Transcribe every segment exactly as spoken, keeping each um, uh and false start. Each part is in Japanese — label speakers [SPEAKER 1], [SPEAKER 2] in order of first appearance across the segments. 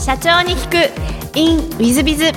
[SPEAKER 1] 社長に聞く in ウィズビズ。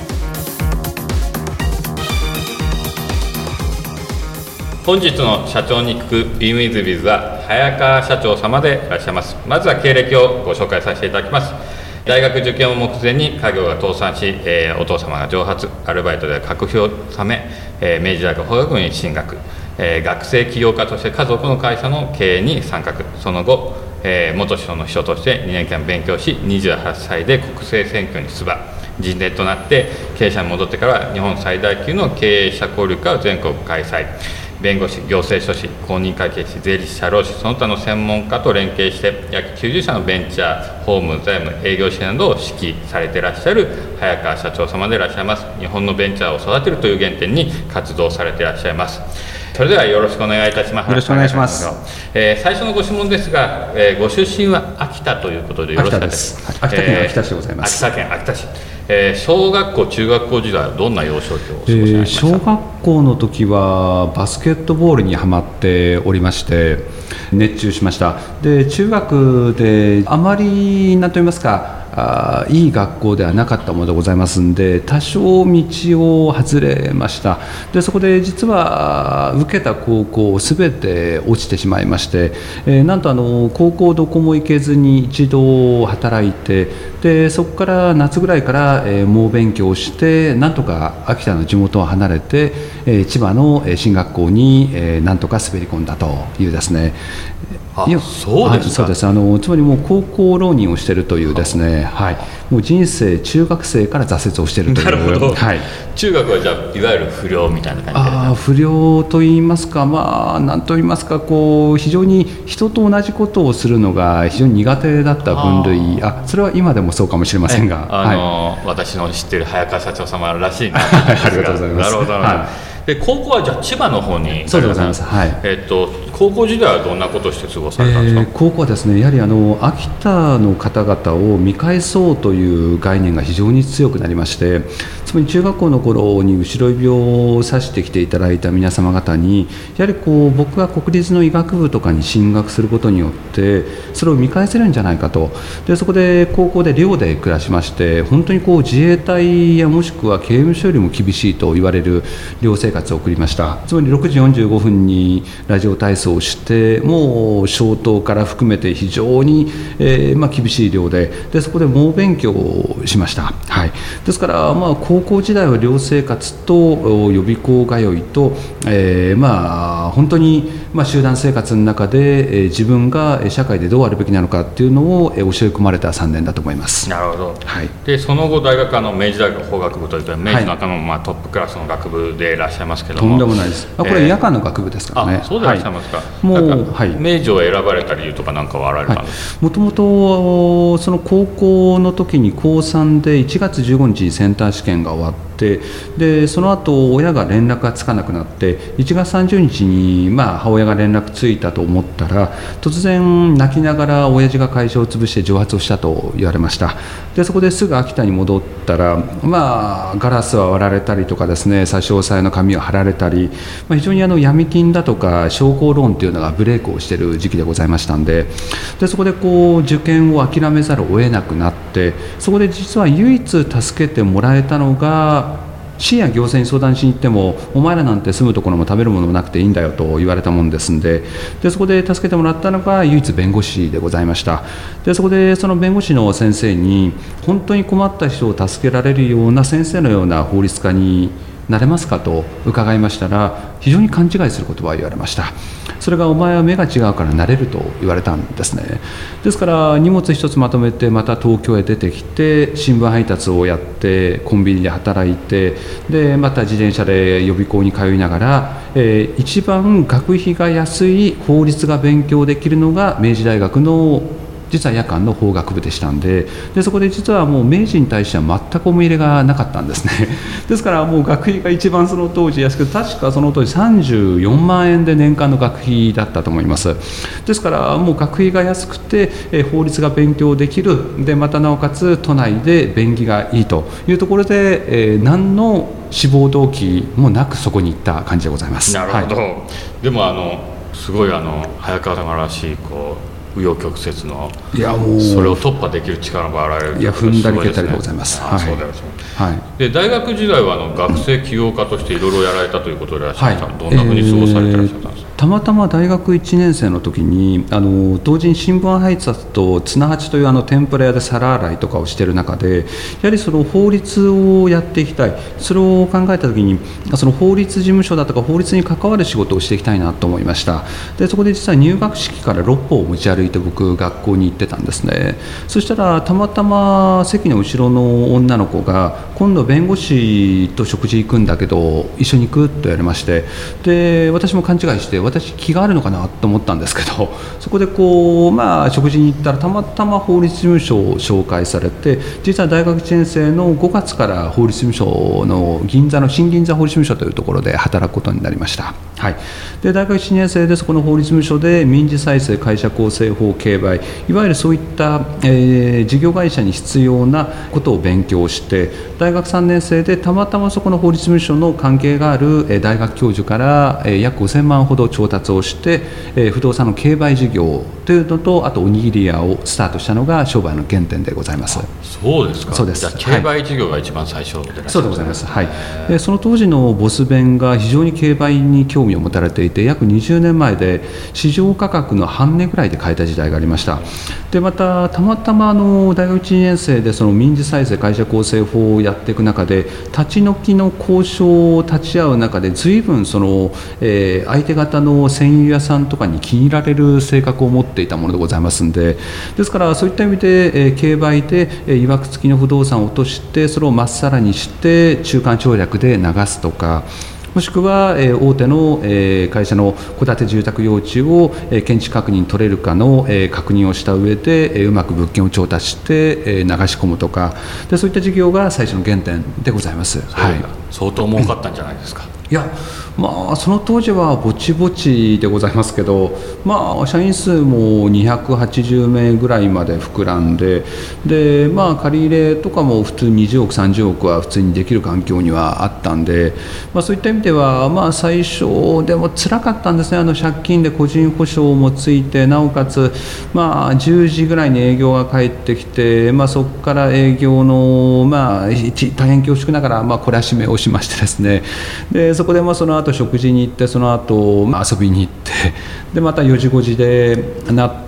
[SPEAKER 2] 本日の社長に聞く in ウィズビズは早川社長様でいらっしゃいます。まずは経歴をご紹介させていただきます。大学受験を目前に家業が倒産し、えー、お父様が蒸発、アルバイトで学費をため、えー、明治大学法学部に進学、えー、学生起業家として家族の会社の経営に参画。その後、えー、元秘書の秘書としてにねんかん勉強し、にじゅうはっさいで国政選挙に出馬。人伝となって経営者に戻ってからは日本最大級の経営者交流会を全国開催。弁護士、行政書士、公認会計士、税理士、社労士、その他の専門家と連携して約きゅうじゅっしゃのベンチャー、法務、財務、営業支援などを指揮されていらっしゃる早川社長様でいらっしゃいます。日本のベンチャーを育てるという原点に活動されていらっしゃいます。それではよろしくお願いいたします。
[SPEAKER 3] よろしくお願いします。
[SPEAKER 2] えー、最初のご質問ですが、えー、ご出身は秋田ということでよろしいですか。
[SPEAKER 3] 秋田です。秋田県秋田市でございます。
[SPEAKER 2] えー、秋田県秋田市。えー、小学校、中学校時代はどんな幼少期をお過ごしになりました？
[SPEAKER 3] えー、小学校の時はバスケットボールにはまっておりまして熱中しました。で中学であまり何と言いますかあいい学校ではなかったものでございますんで、多少道を外れました。でそこで実は受けた高校すべて落ちてしまいまして、えー、なんとあの高校どこも行けずに一度働いて、でそこから夏ぐらいから、えー、猛勉強してなんとか秋田の地元を離れて、えー、千葉の進学校に、えー、なんとか滑り込んだというですね。
[SPEAKER 2] あ、そうですか。
[SPEAKER 3] そうです。あのつまりもう高校浪人をしているというですね、はい、もう人生中学生から挫折をしているという。
[SPEAKER 2] なるほど、
[SPEAKER 3] はい、
[SPEAKER 2] 中学はじゃあいわゆる不良みたいな感じで。
[SPEAKER 3] あ不良といいますか、まあ何と言いますか、こう非常に人と同じことをするのが非常に苦手だった分類。あそれは今でもそうかもしれませんが、
[SPEAKER 2] あの、はい、私の知っている早川社長様らしいな
[SPEAKER 3] ありがとうございます。
[SPEAKER 2] なるほど、はい、で高校はじゃあ千葉の方に。
[SPEAKER 3] そうでございます。はい。
[SPEAKER 2] えっと高校時代はどんなことをして過ごされたんですか？
[SPEAKER 3] えー、高校はですね、やはりあの秋田の方々を見返そうという概念が非常に強くなりまして、つまり中学校の頃に後ろ指を指してきていただいた皆様方に、やはりこう僕が国立の医学部とかに進学することによってそれを見返せるんじゃないかと。でそこで高校で寮で暮らしまして、本当にこう自衛隊やもしくは刑務所よりも厳しいと言われる寮生活を送りました。つまりろくじよんじゅうごふんにラジオ体操をして、もう消灯から含めて非常に、えーまあ、厳しい寮で、でそこで猛勉強をしました。はい、ですから、まあ、高校時代は寮生活と予備校通いと、えーまあ、本当に、まあ、集団生活の中で、えー、自分が社会でどうあるべきなのかっていうのを、えー、教え込まれたさんねんだと思います。
[SPEAKER 2] なるほど、
[SPEAKER 3] はい、
[SPEAKER 2] でその後大学あの明治大学法学部といった明治の中の、はいまあ、トップクラスの学部でいらっしゃいますけども。
[SPEAKER 3] とんでもないです。あこれ夜間の学部ですからね。
[SPEAKER 2] あそうでいらっしゃいますか。はい、
[SPEAKER 3] もう、
[SPEAKER 2] はい、明治を選ばれた理由とか何かはあられたんですか？
[SPEAKER 3] もともとその高校の時にこうさんでいちがつじゅうごにちにセンター試験が終わって、でその後親が連絡がつかなくなって、いちがつさんじゅうにちに、まあ、母親が連絡ついたと思ったら、突然泣きながら親父が会社を潰して蒸発をしたと言われました。でそこですぐ秋田に戻ったら、まあ、ガラスは割られたりとかですね、差し押さえの紙を貼られたり、まあ、非常にあの闇金だとか商工ローンというのがブレイクをしている時期でございましたんで、でそこでこう受験を諦めざるを得なくなって、そこで実は唯一助けてもらえたのが、市や行政に相談しに行っても、お前らなんて住むところも食べるものもなくていいんだよと言われたもんですんで、でそこで助けてもらったのが唯一弁護士でございました。でそこでその弁護士の先生に、本当に困った人を助けられるような先生のような法律家になれますかと伺いましたら、非常に勘違いする言葉を言われました。それが、お前は目が違うからなれると言われたんですね。ですから荷物一つまとめてまた東京へ出てきて、新聞配達をやってコンビニで働いて、でまた自転車で予備校に通いながら、えー、一番学費が安い法律が勉強できるのが明治大学の実は夜間の法学部でしたんで、でそこで実はもう明治に対しては全く思い入れがなかったんですね。ですからもう学費が一番その当時安く、確かその当時さんじゅうよんまんえんで年間の学費だったと思います。ですからもう学費が安くて、え法律が勉強できる、でまたなおかつ都内で便宜がいいというところで、えー、何の志望動機もなくそこに行った感じでございます。
[SPEAKER 2] なるほど、はい、でもあのすごいあの早川様らしいこう紆余曲折の
[SPEAKER 3] いやもう
[SPEAKER 2] それを突破できる力があられる。
[SPEAKER 3] いや踏んだり蹴ったりでございます。
[SPEAKER 2] あ、そうだよ、
[SPEAKER 3] はい、
[SPEAKER 2] で大学時代はあの学生起業家としていろいろやられたということでいらっしゃいました、
[SPEAKER 3] はい、
[SPEAKER 2] どんなふうに過ごされていらっしゃったんですか。
[SPEAKER 3] えーたまたま大学いちねん生の時にあの同時に新聞配達と綱八というあの天ぷら屋で皿洗いとかをしている中で、やはりその法律をやっていきたい、それを考えた時にその法律事務所だとか法律に関わる仕事をしていきたいなと思いました。でそこで実は入学式からろっぽを持ち歩いて僕学校に行ってたんですね。そしたらたまたま席の後ろの女の子が今度弁護士と食事行くんだけど一緒に行くと言われまして、で私も勘違いして私気があるのかなと思ったんですけど、そこでこう、まあ、食事に行ったらたまたま法律事務所を紹介されて、実は大学いちねん生のごがつから法律事務所の銀座の新銀座法律事務所というところで働くことになりました。はい、で大学いちねん生でそこの法律事務所で民事再生、会社構成法、競売、いわゆるそういった、えー、事業会社に必要なことを勉強して、大学さんねん生でたまたまそこの法律事務所の関係がある、えー、大学教授から、えー、約ごせんまんほど調達をして、えー、不動産の競売事業というのと、あとおにぎり屋をスタートしたのが商売の原点でございます。
[SPEAKER 2] そうですか。
[SPEAKER 3] そうです。
[SPEAKER 2] じゃあ競売事業が一番最初でいらっしゃる、はい、
[SPEAKER 3] そうでございます。はい、でその当時のボス弁が非常に競売に興味を持たれていて、約にじゅうねんまえで市場価格の半値ぐらいで買えた時代がありました。でまたたまたまあの大学いちねん生でその民事再生、会社構成法をやっていく中で、立ち退きの交渉を立ち会う中で随分その、えー、相手方の繊維屋さんとかに気に入られる性格を持っていたものでございますので、ですからそういった意味で、えー、競売で、えー、いわくつきの不動産を落としてそれをまっさらにして中間省略で流すとか、もしくは、えー、大手の、えー、会社の戸建て住宅用地を、えー、建築確認取れるかの、えー、確認をした上で、えー、うまく物件を調達して、えー、流し込むとかで、そういった事業が最初の原点でございます。はい、
[SPEAKER 2] 相当儲かったんじゃないですか。
[SPEAKER 3] いやまあ、その当時はぼちぼちでございますけど、まあ、社員数もにひゃくはちじゅうめいぐらいまで膨らんで、で、まあ、借り入れとかも普通にじゅうおくさんじゅうおくは普通にできる環境にはあったんで、まあ、そういった意味では、まあ、最初でも辛かったんですね。あの借金で個人保証もついて、なおかつ、まあ、じゅうじぐらいに営業が帰ってきて、まあ、そこから営業の、まあ、大変恐縮ながら、まあ、懲らしめをしましてですね、でそこでまあその後食事に行って、その後、まあ、遊びに行って、でまたよじごじでなって、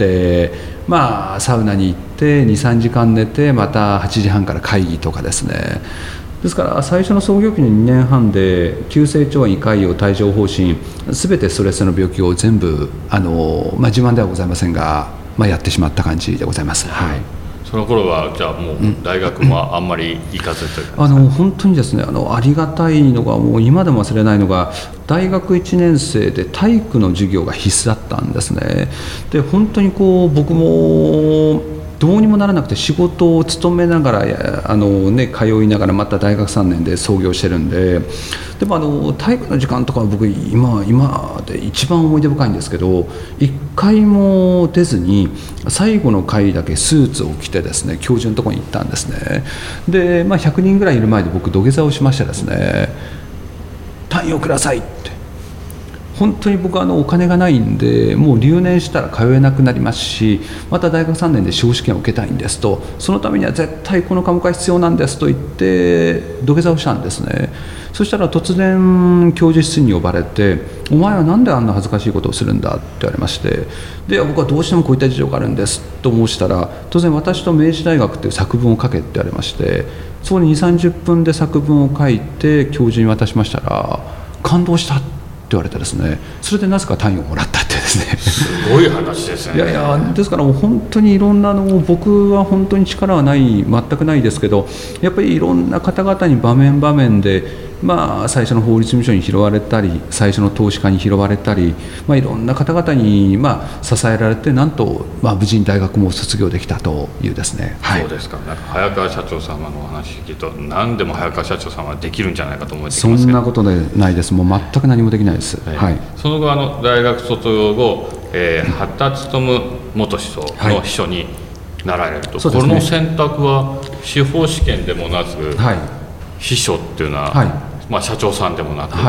[SPEAKER 3] まあ、サウナに行ってにさんじかん寝て、またはちじはんから会議とかですね。ですから最初の創業期のにねんはんで急性腸炎、胃潰瘍、帯状疱疹、すべてストレスの病気を全部あの、まあ、自慢ではございませんが、まあ、やってしまった感じでございます。はい、
[SPEAKER 2] その頃はじゃあもう大学もあんまり行かずというか、
[SPEAKER 3] あの本当にですね、あのありがたいのが、もう今でも忘れないのが、大学いちねん生で体育の授業が必須だったんですね。で本当にこう僕もどうにもならなくて、仕事を勤めながらあの、ね、通いながらまた大学さんねんで創業してるんで、でもあの体育の時間とかは僕 今, 今で一番思い出深いんですけど、いっかいも出ずに最後の回だけスーツを着てですね、教授のところに行ったんですね。で、まあ、ひゃくにんぐらいいる前で僕土下座をしましてですね、単位をくださいって。本当に僕はあのお金がないんで、もう留年したら通えなくなりますし、また大学さんねんで司法試験を受けたいんですと、そのためには絶対この科目が必要なんですと言って土下座をしたんですね。そしたら突然教授室に呼ばれて、お前はなんであんな恥ずかしいことをするんだって言われまして、で僕はどうしてもこういった事情があるんですと申したら、当然私と明治大学という作文を書けって言われまして、そこににじゅうさんじゅっぷんで作文を書いて教授に渡しましたら、感動したって言われてですね、それでなぜか単位をもらったってですね。
[SPEAKER 2] すごい話ですね。
[SPEAKER 3] いやいや、ですからもう本当にいろんなの、僕は本当に力はない全くないですけど、やっぱりいろんな方々に場面場面で、まあ、最初の法律事務所に拾われたり、最初の投資家に拾われたり、まあ、いろんな方々に、まあ、支えられて、なんと、まあ、無事に大学も卒業できたというですね。はい、
[SPEAKER 2] そうですか。なんか早川社長様のお話聞くと、何でも早川社長様はできるんじゃないかと思ってきますけど。
[SPEAKER 3] そんなことでないです。もう全く何もできないです。はいはい、
[SPEAKER 2] その後あの大学卒業後、えー、八田勉元首相の秘書になられると、はい、この選択は司法試験でもなく、はい、秘書っていうのは、はい、まあ、社長さんでもなく、
[SPEAKER 3] はい、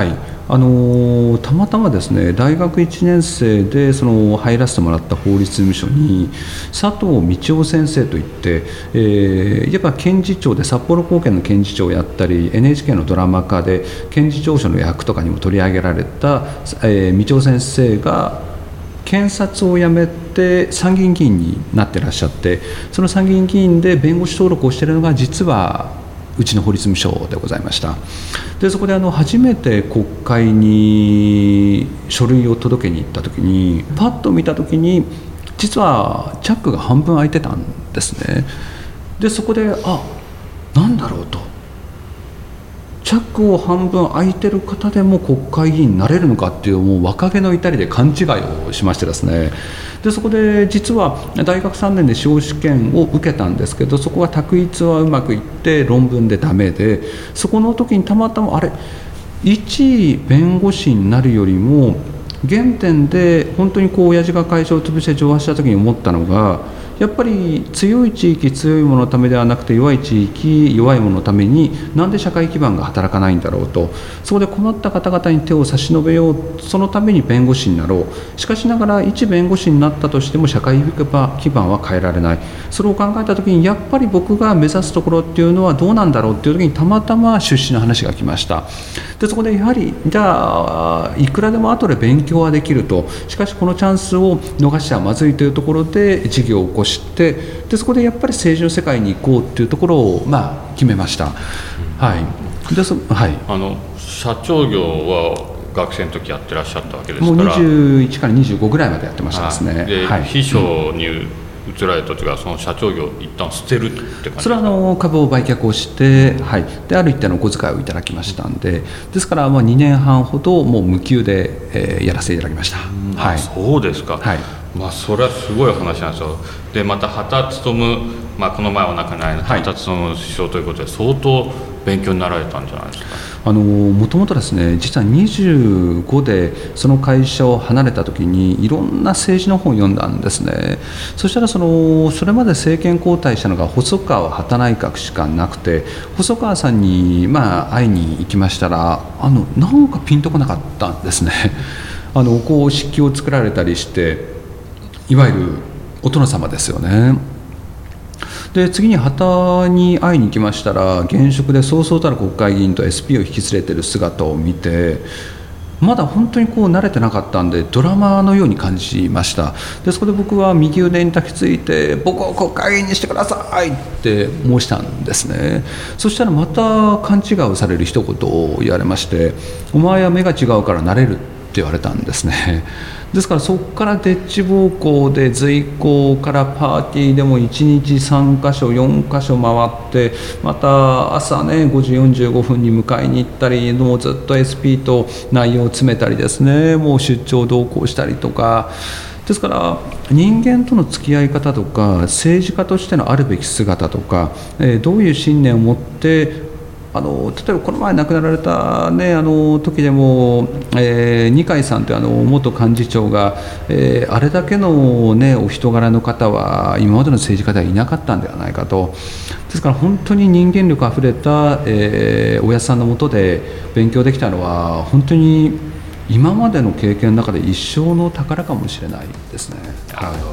[SPEAKER 3] あのたまたまですね、大学いちねん生でその入らせてもらった法律事務所に佐藤道夫先生といって、えー、やっぱ検事長で札幌高検の検事長をやったり エヌエイチケー のドラマ化で検事長賞の役とかにも取り上げられた、えー、道夫先生が検察を辞めて参議院議員になってらっしゃって、その参議院議員で弁護士登録をしているのが実はうちの法律事務所でございました。でそこであの初めて国会に書類を届けに行った時にパッと見た時に実はチャックが半分開いてたんですね。でそこであなんだろうと、チャックを半分開いてる方でも国会議員になれるのかっていうもう若気の至りで勘違いをしましてですね、でそこで実は大学さんねんで司法試験を受けたんですけど、そこは択一はうまくいって論文でダメで、そこの時にたまたまあれ一弁護士になるよりも原点で本当にこう親父が会社を潰して蒸破した時に思ったのが、やっぱり強い地域強いもののためではなくて弱い地域弱いもののためになんで社会基盤が働かないんだろうと、そこで困った方々に手を差し伸べよう、そのために弁護士になろう。しかしながら一弁護士になったとしても社会基盤は変えられない。それを考えた時にやっぱり僕が目指すところっていうのはどうなんだろうっていう時にたまたま出資の話が来ました。でそこでやはりじゃあいくらでも後で勉強はできると、しかしこのチャンスを逃しちゃまずいというところで事業を起こして、でそこでやっぱり政治の世界に行こうっていうところをまあ決めました。はいでそはい、
[SPEAKER 2] あの社長業は学生の時やってらっしゃったわけですから、
[SPEAKER 3] もうにじゅういちからにじゅうごぐらいまでやってましたですね。
[SPEAKER 2] で、
[SPEAKER 3] はい、
[SPEAKER 2] 秘書に移られた時はその社長業を一旦捨てるって感じですか？
[SPEAKER 3] それはあの株を売却をして、はい、である一定のお小遣いをいただきましたんで、ですからまあにねんはんほどもう無給で、えー、やらせていただきました。はい、
[SPEAKER 2] そうですか。
[SPEAKER 3] はい、
[SPEAKER 2] まあ、それはすごい話なんですよ。でまた畑勉、まあ、この前お亡くなりになった畑勉首相ということで相当勉強になられたんじゃないですか？
[SPEAKER 3] あのもともとですね、実はにじゅうごでその会社を離れた時にいろんな政治の本を読んだんですね。そしたらそのそれまで政権交代したのが細川畑内閣しかなくて、細川さんにまあ会いに行きましたらあのなんかピンとこなかったんですね。あのこう漆器を作られたりして、いわゆるお殿様ですよね。で次に畑に会いに行きましたら、現職でそうそうたる国会議員と エスピー を引き連れている姿を見て、まだ本当にこう慣れてなかったんでドラマのように感じました。でそこで僕は右腕に抱きついて僕を国会議員にしてくださいって申したんですね。そしたらまた勘違いをされる一言を言われまして、お前は目が違うからなれるって言われたんですね。ですからそこからでっち奉公で随行からパーティーでもいちにちさんかしょよんかしょ回って、また朝ねごじよんじゅうごふんに迎えに行ったり、もうずっと エスピー と内容を詰めたりですね、もう出張同行したりとかですから、人間との付き合い方とか政治家としてのあるべき姿とか、えー、どういう信念を持ってあの例えばこの前亡くなられた、ね、あの時でも、えー、二階さんというあの元幹事長が、えー、あれだけの、ね、お人柄の方は今までの政治家ではいなかったんではないかと。ですから本当に人間力あふれた、えー、おやつさんの下で勉強できたのは本当に今までの経験の中で一生の宝かもしれないですね。はいはい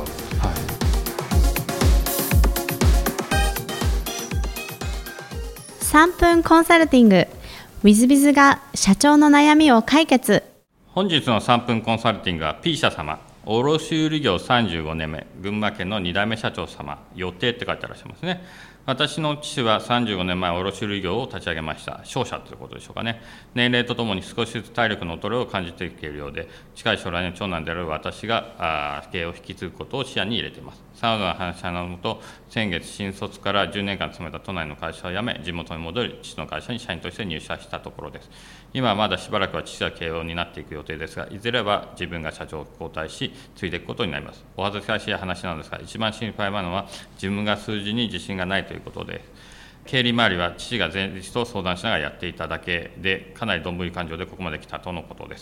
[SPEAKER 1] さんぷんコンサルティング ウィズビズ が社長の悩みを解決。
[SPEAKER 2] 本日のさんぷんコンサルティングは P 社様、卸売業さんじゅうごねんめ、群馬県のに代目社長様、予定って書いてあらっしゃいますね。私の父はさんじゅうごねんまえ卸売業を立ち上げました。商社ということでしょうかね。年齢とともに少しずつ体力の衰えを感じてきているようで、近い将来の長男である私が経営を引き継ぐことを視野に入れています。さまざまな話し合いのもと、先月新卒からじゅうねんかん勤めた都内の会社を辞め、地元に戻り、父の会社に社員として入社したところです。今はまだしばらくは父が経営を担っていく予定ですが、いずれは自分が社長を交代し、継いでいくことになります。お恥ずかしい話なんですが、一番心配なのは、自分が数字に自信がないということです。経理周りは父が前日と相談しながらやっていただけで、かなりどんぶり勘定でここまで来たとのことです。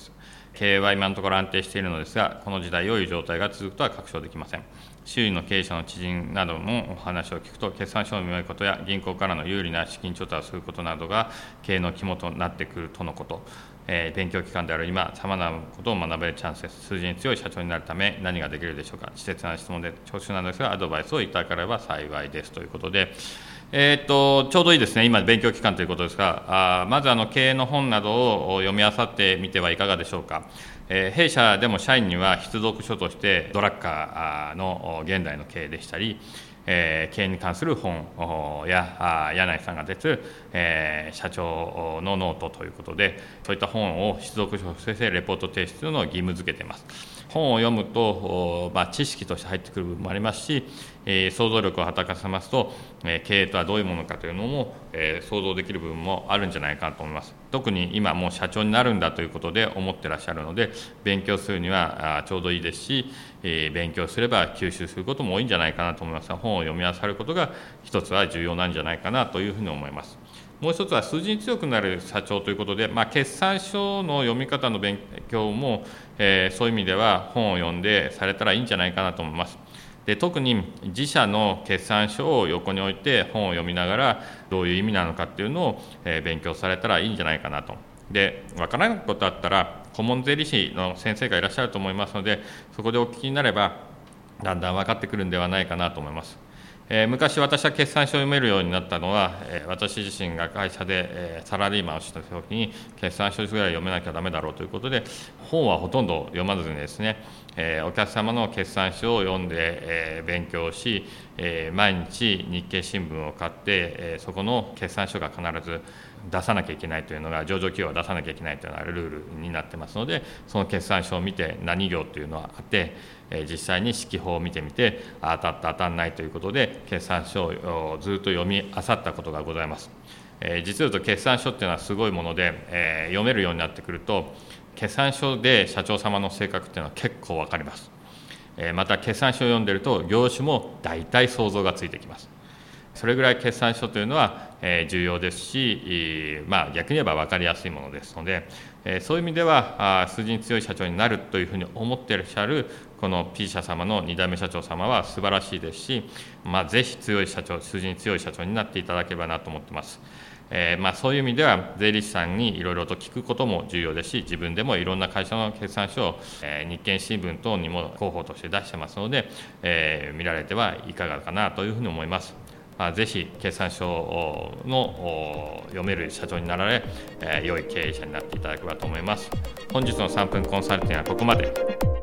[SPEAKER 2] 経営は今のところ安定しているのですが、この時代良い状態が続くとは確証できません。周囲の経営者の知人などのお話を聞くと、決算書を見ることや銀行からの有利な資金調達をすることなどが経営の肝となってくるとのこと。えー、勉強期間である今、さまざまなことを学べるチャンスです。数字に強い社長になるため何ができるでしょうか。稚拙な質問で恐縮なのですが、アドバイスをいただければ幸いですということで、えー、っとちょうどいいですね、今、勉強期間ということですが、あまずあの経営の本などを読み漁ってみてはいかがでしょうか。えー、弊社でも社員には必読書としてドラッカーの現代の経営でしたり、えー、経営に関する本や柳井さんが出す、えー、社長のノートということで、そういった本を必読書としてレポート提出の義務付けています。本を読むと、まあ、知識として入ってくる部分もありますし、えー、想像力を働かせますと、えー、経営とはどういうものかというのも、えー、想像できる部分もあるんじゃないかなと思います。特に今もう社長になるんだということで思ってらっしゃるので、勉強するにはちょうどいいですし、えー、勉強すれば吸収することも多いんじゃないかなと思いますが、本を読み漁ることが一つは重要なんじゃないかなというふうに思います。もう一つは数字に強くなる社長ということで、まあ、決算書の読み方の勉強も、えー、そういう意味では本を読んでされたらいいんじゃないかなと思います。で特に自社の決算書を横に置いて本を読みながらどういう意味なのかっていうのを、えー、勉強されたらいいんじゃないかなと。で分からないことあったら顧問税理士の先生がいらっしゃると思いますので、そこでお聞きになればだんだん分かってくるんではないかなと思います。えー、昔私は決算書を読めるようになったのは、えー、私自身が会社で、えー、サラリーマンをしたときに決算書ぐらい読めなきゃダメだろうということで、本はほとんど読まずにですね、えー、お客様の決算書を読んで、えー、勉強し、えー、毎日日経新聞を買って、えー、そこの決算書が必ず出さなきゃいけないというのが、上場企業は出さなきゃいけないというのがルールになってますので、その決算書を見て何行というのはあって、えー、実際に指揮法を見てみて当たった当たんないということで決算書をずっと読み漁ったことがございます。えー、実を言うと決算書っていうのはすごいもので、えー、読めるようになってくると決算書で社長様の性格っていうのは結構分かります。えー、また決算書を読んでると業種も大体想像がついてきます。それぐらい決算書というのは、えー、重要ですし、まあ、逆に言えば分かりやすいものですので、えー、そういう意味ではあ数字に強い社長になるというふうに思っていらっしゃるこの P 社様のに代目社長様は素晴らしいですし、まあ、ぜひ強い社長、数字に強い社長になっていただければなと思っています。えーまあ、そういう意味では税理士さんにいろいろと聞くことも重要ですし、自分でもいろんな会社の決算書を、えー、日経新聞等にも広報として出してますので、えー、見られてはいかがかなというふうに思います。まあ、ぜひ決算書の読める社長になられ、えー、良い経営者になっていただければと思います。本日のさんぷんコンサルティングはここまで。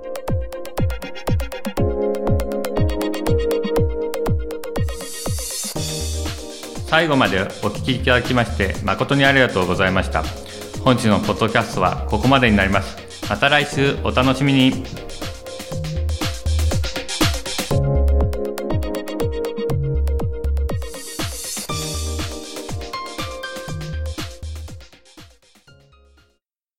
[SPEAKER 2] 最後までお聞きいただきまして誠にありがとうございました。本日のポッドキャストはここまでになります。また来週お楽しみに。